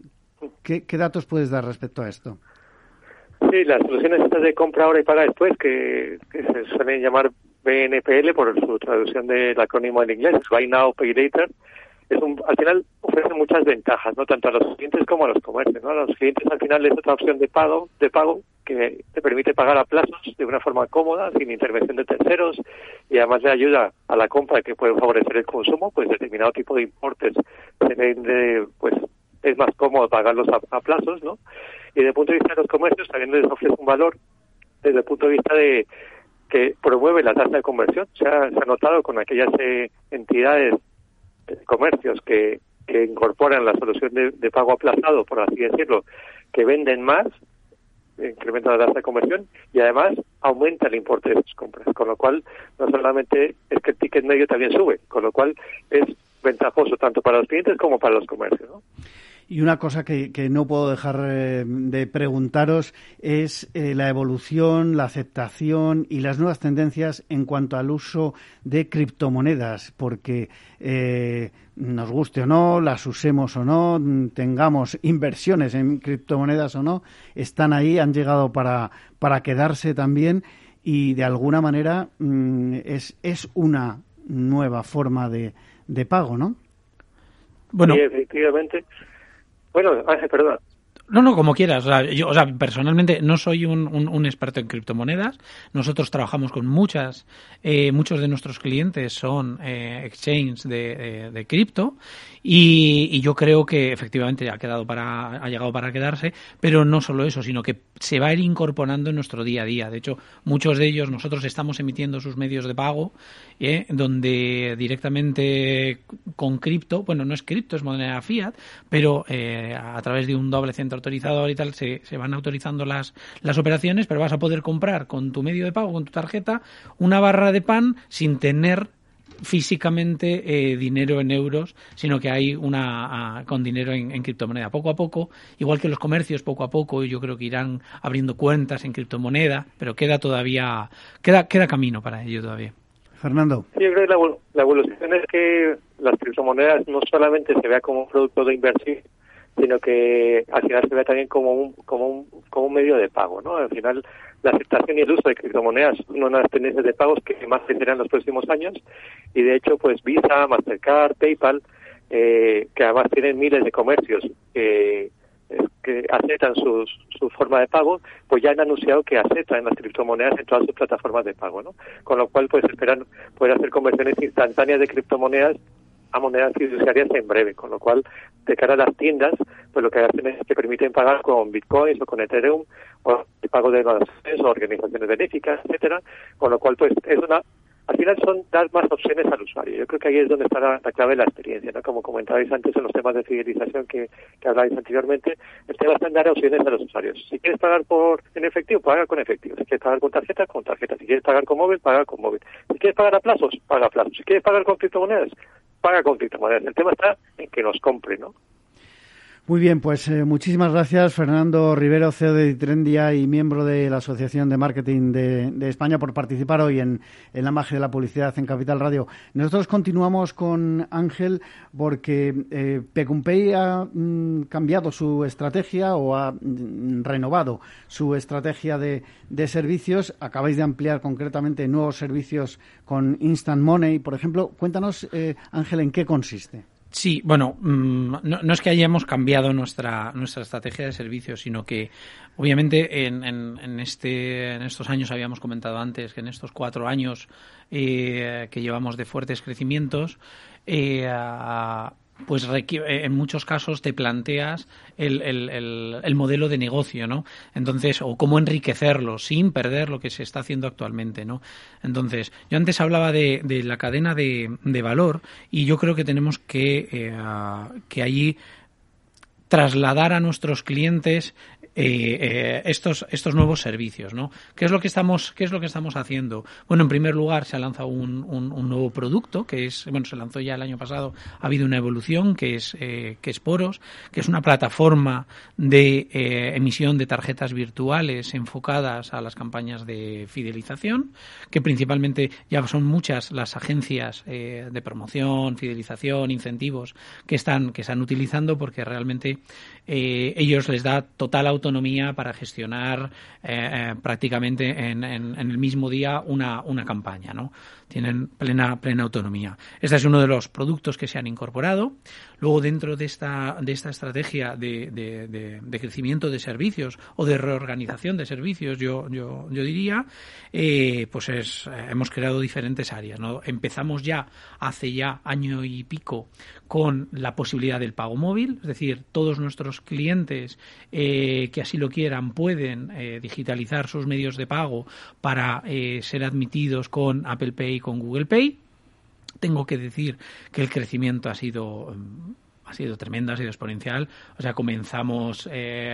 S2: ¿Qué datos puedes dar respecto a esto?
S6: Sí, las soluciones estas de compra ahora y paga después, que se suelen llamar BNPL por su traducción del acrónimo en inglés, es Buy Now, Pay Later. Al final ofrece muchas ventajas, no tanto a los clientes como a los comercios, ¿no? A los clientes al final es otra opción de pago que te permite pagar a plazos de una forma cómoda, sin intervención de terceros, y además le ayuda a la compra, que puede favorecer el consumo, pues determinado tipo de importes se vende, pues es más cómodo pagarlos a plazos, ¿no? Y desde el punto de vista de los comercios también les ofrece un valor desde el punto de vista de que promueve la tasa de conversión. Se ha notado con aquellas entidades, comercios que incorporan la solución de pago aplazado, por así decirlo, que venden más, incrementa la tasa de conversión y además aumenta el importe de sus compras, con lo cual no solamente es que el ticket medio también sube, con lo cual es ventajoso tanto para los clientes como para los comercios, ¿no?
S2: Y una cosa que no puedo dejar de preguntaros es la evolución, la aceptación y las nuevas tendencias en cuanto al uso de criptomonedas, porque nos guste o no, las usemos o no, tengamos inversiones en criptomonedas o no, están ahí, han llegado para quedarse también y de alguna manera es una nueva forma de pago, ¿no?
S4: Bueno,
S6: sí, efectivamente. Bueno, Ángel, perdona.
S4: No, como quieras. Yo personalmente no soy un experto en criptomonedas. Nosotros trabajamos con muchos de nuestros clientes son exchanges de cripto y yo creo que efectivamente ha llegado para quedarse, pero no solo eso, sino que se va a ir incorporando en nuestro día a día. De hecho, muchos de ellos nosotros estamos emitiendo sus medios de pago, donde directamente con cripto, bueno, no es cripto, es moneda fiat, pero a través de un doble centro autorizador y tal, se van autorizando las operaciones, pero vas a poder comprar con tu medio de pago, con tu tarjeta, una barra de pan sin tener físicamente dinero en euros, sino que hay con dinero en criptomoneda. Poco a poco, igual que los comercios, poco a poco, yo creo que irán abriendo cuentas en criptomoneda, pero queda camino para ello todavía.
S2: Fernando.
S6: Sí, yo creo que la evolución es que las criptomonedas no solamente se vea como un producto de inversión, sino que al final se vea también como un medio de pago, ¿no? Al final, la aceptación y el uso de criptomonedas son una de las tendencias de pagos que más crecerán en los próximos años, y de hecho, pues Visa, Mastercard, PayPal, que además tienen miles de comercios que aceptan su forma de pago, pues ya han anunciado que aceptan las criptomonedas en todas sus plataformas de pago, ¿no? Con lo cual, pues esperan poder hacer conversiones instantáneas de criptomonedas a monedas fiduciarias en breve, con lo cual, de cara a las tiendas, pues lo que hacen es que permiten pagar con bitcoins o con Ethereum, o el pago de donaciones o organizaciones benéficas, etcétera, con lo cual, pues al final son dar más opciones al usuario. Yo creo que ahí es donde está la clave de la experiencia, ¿no? Como comentabais antes en los temas de fidelización que hablabais anteriormente, el tema está en dar opciones a los usuarios. Si quieres pagar en efectivo, paga con efectivo. Si quieres pagar con tarjeta, con tarjeta. Si quieres pagar con móvil, paga con móvil. Si quieres pagar a plazos, paga a plazos. Si quieres pagar con criptomonedas, paga con criptomonedas. El tema está en que nos compre, ¿no?
S2: Muy bien, pues muchísimas gracias, Fernando Rivero, CEO de Ditrendia y miembro de la Asociación de Marketing de España, por participar hoy en la magia de la publicidad en Capital Radio. Nosotros continuamos con Ángel porque Pecunpay ha cambiado su estrategia o ha renovado su estrategia de servicios. Acabáis de ampliar concretamente nuevos servicios con Instant Money, por ejemplo. Cuéntanos, Ángel, ¿en qué consiste?
S4: Sí, bueno, no es que hayamos cambiado nuestra estrategia de servicios, sino que obviamente en estos años, habíamos comentado antes que en estos 4 años que llevamos de fuertes crecimientos, pues en muchos casos te planteas el modelo de negocio, ¿no? Entonces, o cómo enriquecerlo sin perder lo que se está haciendo actualmente, ¿no? Entonces, yo antes hablaba de la cadena de valor, y yo creo que tenemos que allí trasladar a nuestros clientes estos nuevos servicios, ¿no? ¿Qué es lo que estamos haciendo? Bueno, en primer lugar, se ha lanzado un nuevo producto se lanzó ya el año pasado. Ha habido una evolución que es Poros, que es una plataforma de emisión de tarjetas virtuales enfocadas a las campañas de fidelización, que principalmente ya son muchas las agencias de promoción, fidelización, incentivos que están utilizando, porque realmente ellos les da total autonomía para gestionar prácticamente en el mismo día una campaña, ¿no? Tienen plena autonomía. Este es uno de los productos que se han incorporado. Luego, dentro de esta estrategia de crecimiento de servicios o de reorganización de servicios, yo diría, hemos creado diferentes áreas, ¿no? Empezamos hace año y pico con la posibilidad del pago móvil, es decir, todos nuestros clientes que así lo quieran pueden digitalizar sus medios de pago para ser admitidos con Apple Pay y con Google Pay. Tengo que decir que el crecimiento ha sido tremendo, ha sido exponencial. O sea, comenzamos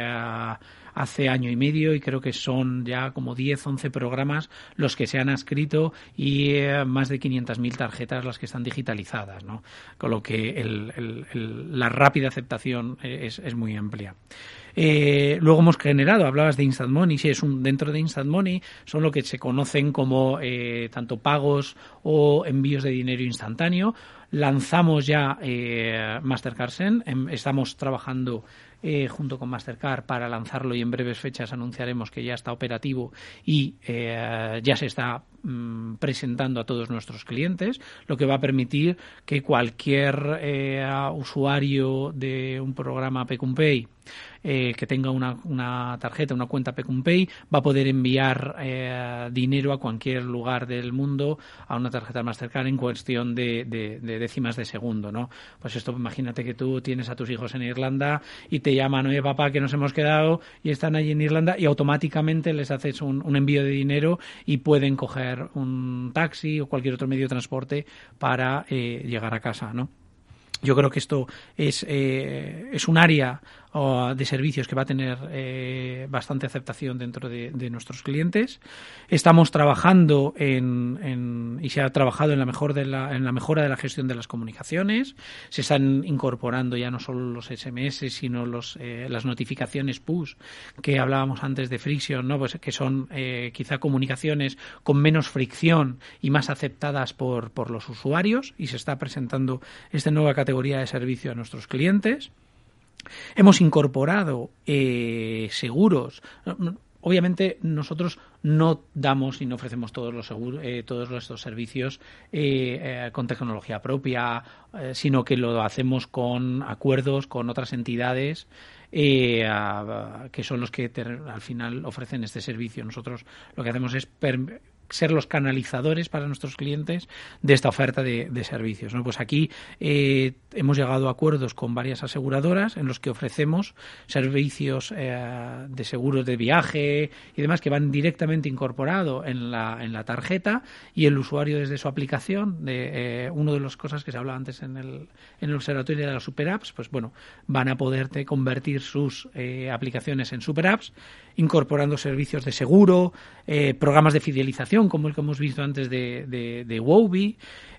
S4: hace año y medio y creo que son ya como 10-11 programas los que se han adscrito y más de 500.000 tarjetas las que están digitalizadas, ¿no? Con lo que la rápida aceptación es muy amplia. Luego hemos generado, hablabas de Instant Money, sí, dentro de Instant Money son lo que se conocen como tanto pagos o envíos de dinero instantáneo. Lanzamos ya Mastercard Send, estamos trabajando junto con Mastercard para lanzarlo y en breves fechas anunciaremos que ya está operativo y ya se está presentando a todos nuestros clientes, lo que va a permitir que cualquier usuario de un programa Pecunpay que tenga una tarjeta, una cuenta Pecunpay, va a poder enviar dinero a cualquier lugar del mundo a una tarjeta Mastercard en cuestión de décimas de segundo, ¿no? Pues esto, imagínate que tú tienes a tus hijos en Irlanda y te llaman, oye papá, que nos hemos quedado y están allí en Irlanda, y automáticamente les haces un envío de dinero y pueden coger un taxi o cualquier otro medio de transporte para llegar a casa, ¿no? Yo creo que esto es un área de servicios que va a tener bastante aceptación dentro de nuestros clientes. Estamos trabajando y se ha trabajado en la mejora de la gestión de las comunicaciones. Se están incorporando ya no solo los SMS, sino las notificaciones push que hablábamos antes de Friction, ¿no? Pues que son quizá comunicaciones con menos fricción y más aceptadas por los usuarios, y se está presentando esta nueva categoría de servicio a nuestros clientes. Hemos incorporado seguros. Obviamente nosotros no damos y no ofrecemos todos estos servicios con tecnología propia, sino que lo hacemos con acuerdos con otras entidades que son los que al final ofrecen este servicio. Nosotros lo que hacemos es ser los canalizadores para nuestros clientes de esta oferta de servicios, ¿no? Pues aquí hemos llegado a acuerdos con varias aseguradoras en los que ofrecemos servicios de seguros de viaje y demás que van directamente incorporado en la tarjeta, y el usuario desde su aplicación, una de las cosas que se hablaba antes en el observatorio de las superapps, pues bueno, van a poderte convertir sus aplicaciones en superapps, incorporando servicios de seguro, programas de fidelización como el que hemos visto antes de Wowbee,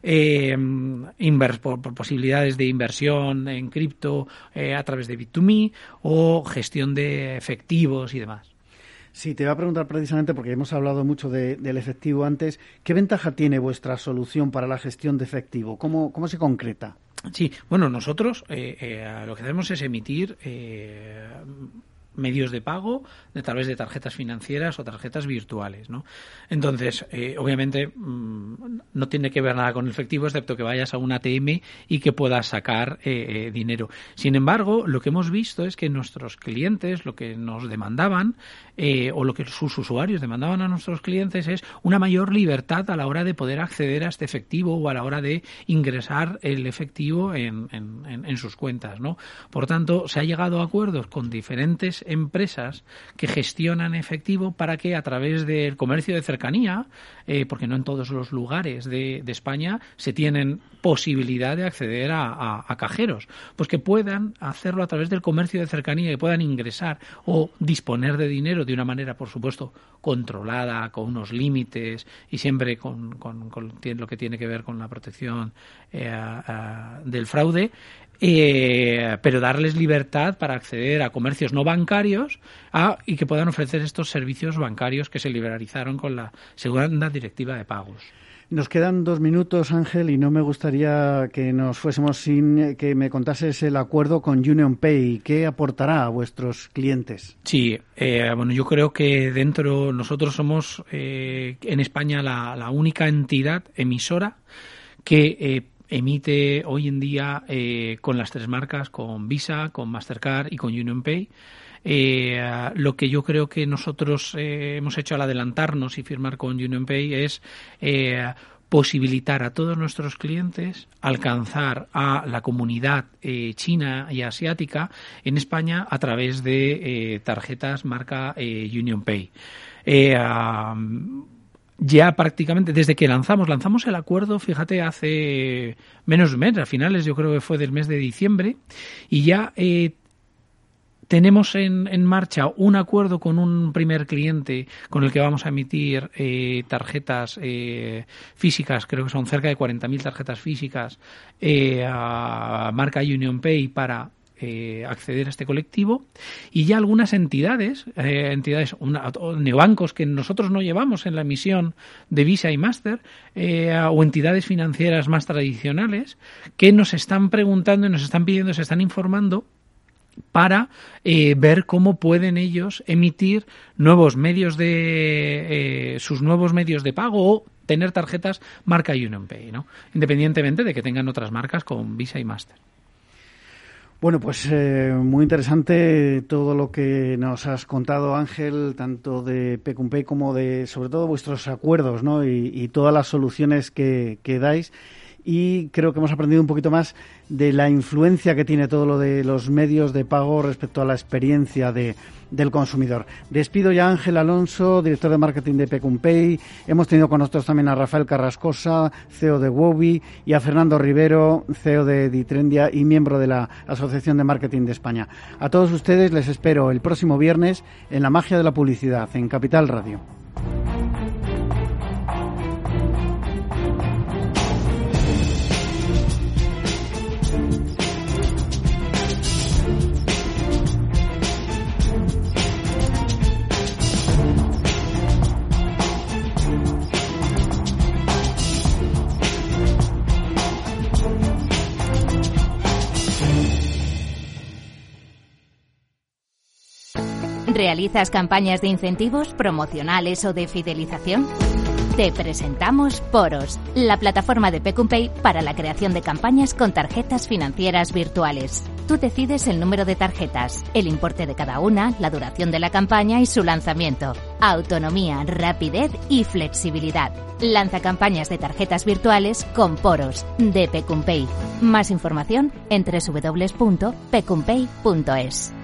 S4: por posibilidades de inversión en cripto a través de Bit2Me, o gestión de efectivos y demás.
S2: Sí, te voy a preguntar precisamente, porque hemos hablado mucho del efectivo antes, ¿qué ventaja tiene vuestra solución para la gestión de efectivo? ¿Cómo se concreta?
S4: Sí, bueno, nosotros lo que hacemos es emitir medios de pago a través de tarjetas financieras o tarjetas virtuales, ¿no? Entonces, obviamente, no tiene que ver nada con el efectivo, excepto que vayas a un ATM y que puedas sacar dinero. Sin embargo, lo que hemos visto es que nuestros clientes, lo que nos demandaban, o lo que sus usuarios demandaban a nuestros clientes, es una mayor libertad a la hora de poder acceder a este efectivo o a la hora de ingresar el efectivo en sus cuentas, ¿no? Por tanto, se ha llegado a acuerdos con diferentes empresas que gestionan efectivo para que a través del comercio de cercanía, porque no en todos los lugares de España se tienen posibilidad de acceder a cajeros, pues que puedan hacerlo a través del comercio de cercanía, que puedan ingresar o disponer de dinero de una manera, por supuesto, controlada, con unos límites y siempre con lo que tiene que ver con la protección del fraude, pero darles libertad para acceder a comercios no bancarios y que puedan ofrecer estos servicios bancarios que se liberalizaron con la segunda directiva de pagos.
S2: Nos quedan 2 minutos, Ángel, y no me gustaría que nos fuésemos sin que me contases el acuerdo con UnionPay. ¿Qué aportará a vuestros clientes?
S4: Sí, bueno, yo creo que nosotros somos en España la única entidad emisora que emite hoy en día con las 3 marcas, con Visa, con Mastercard y con UnionPay. Lo que yo creo que nosotros hemos hecho al adelantarnos y firmar con UnionPay es posibilitar a todos nuestros clientes alcanzar a la comunidad china y asiática en España a través de tarjetas marca UnionPay. Ya prácticamente desde que lanzamos el acuerdo, fíjate, hace menos de un mes, a finales yo creo que fue del mes de diciembre, y ya tenemos en marcha un acuerdo con un primer cliente con el que vamos a emitir tarjetas físicas, creo que son cerca de 40.000 tarjetas físicas a marca UnionPay para acceder a este colectivo, y ya algunas entidades neobancos que nosotros no llevamos en la emisión de Visa y Master, o entidades financieras más tradicionales que nos están preguntando y nos están pidiendo, se están informando para ver cómo pueden ellos emitir nuevos medios sus nuevos medios de pago o tener tarjetas marca UnionPay, ¿no? Independientemente de que tengan otras marcas con Visa y Master.
S2: Bueno, pues muy interesante todo lo que nos has contado, Ángel, tanto de PecuMpay como sobre todo vuestros acuerdos, ¿no? Y todas las soluciones que dais. y creo que hemos aprendido un poquito más de la influencia que tiene todo lo de los medios de pago respecto a la experiencia del consumidor. Despido ya a Ángel Alonso, director de marketing de Pecumpay. Hemos tenido con nosotros también a Rafael Carrascosa, CEO de Wobi, y a Fernando Rivero, CEO de Ditrendia y miembro de la Asociación de Marketing de España. A todos ustedes les espero el próximo viernes en La Magia de la Publicidad, en Capital Radio.
S3: ¿Realizas campañas de incentivos, promocionales o de fidelización? Te presentamos Poros, la plataforma de Pecumpay para la creación de campañas con tarjetas financieras virtuales. Tú decides el número de tarjetas, el importe de cada una, la duración de la campaña y su lanzamiento. Autonomía, rapidez y flexibilidad. Lanza campañas de tarjetas virtuales con Poros, de Pecumpay. Más información en www.pecumpay.es.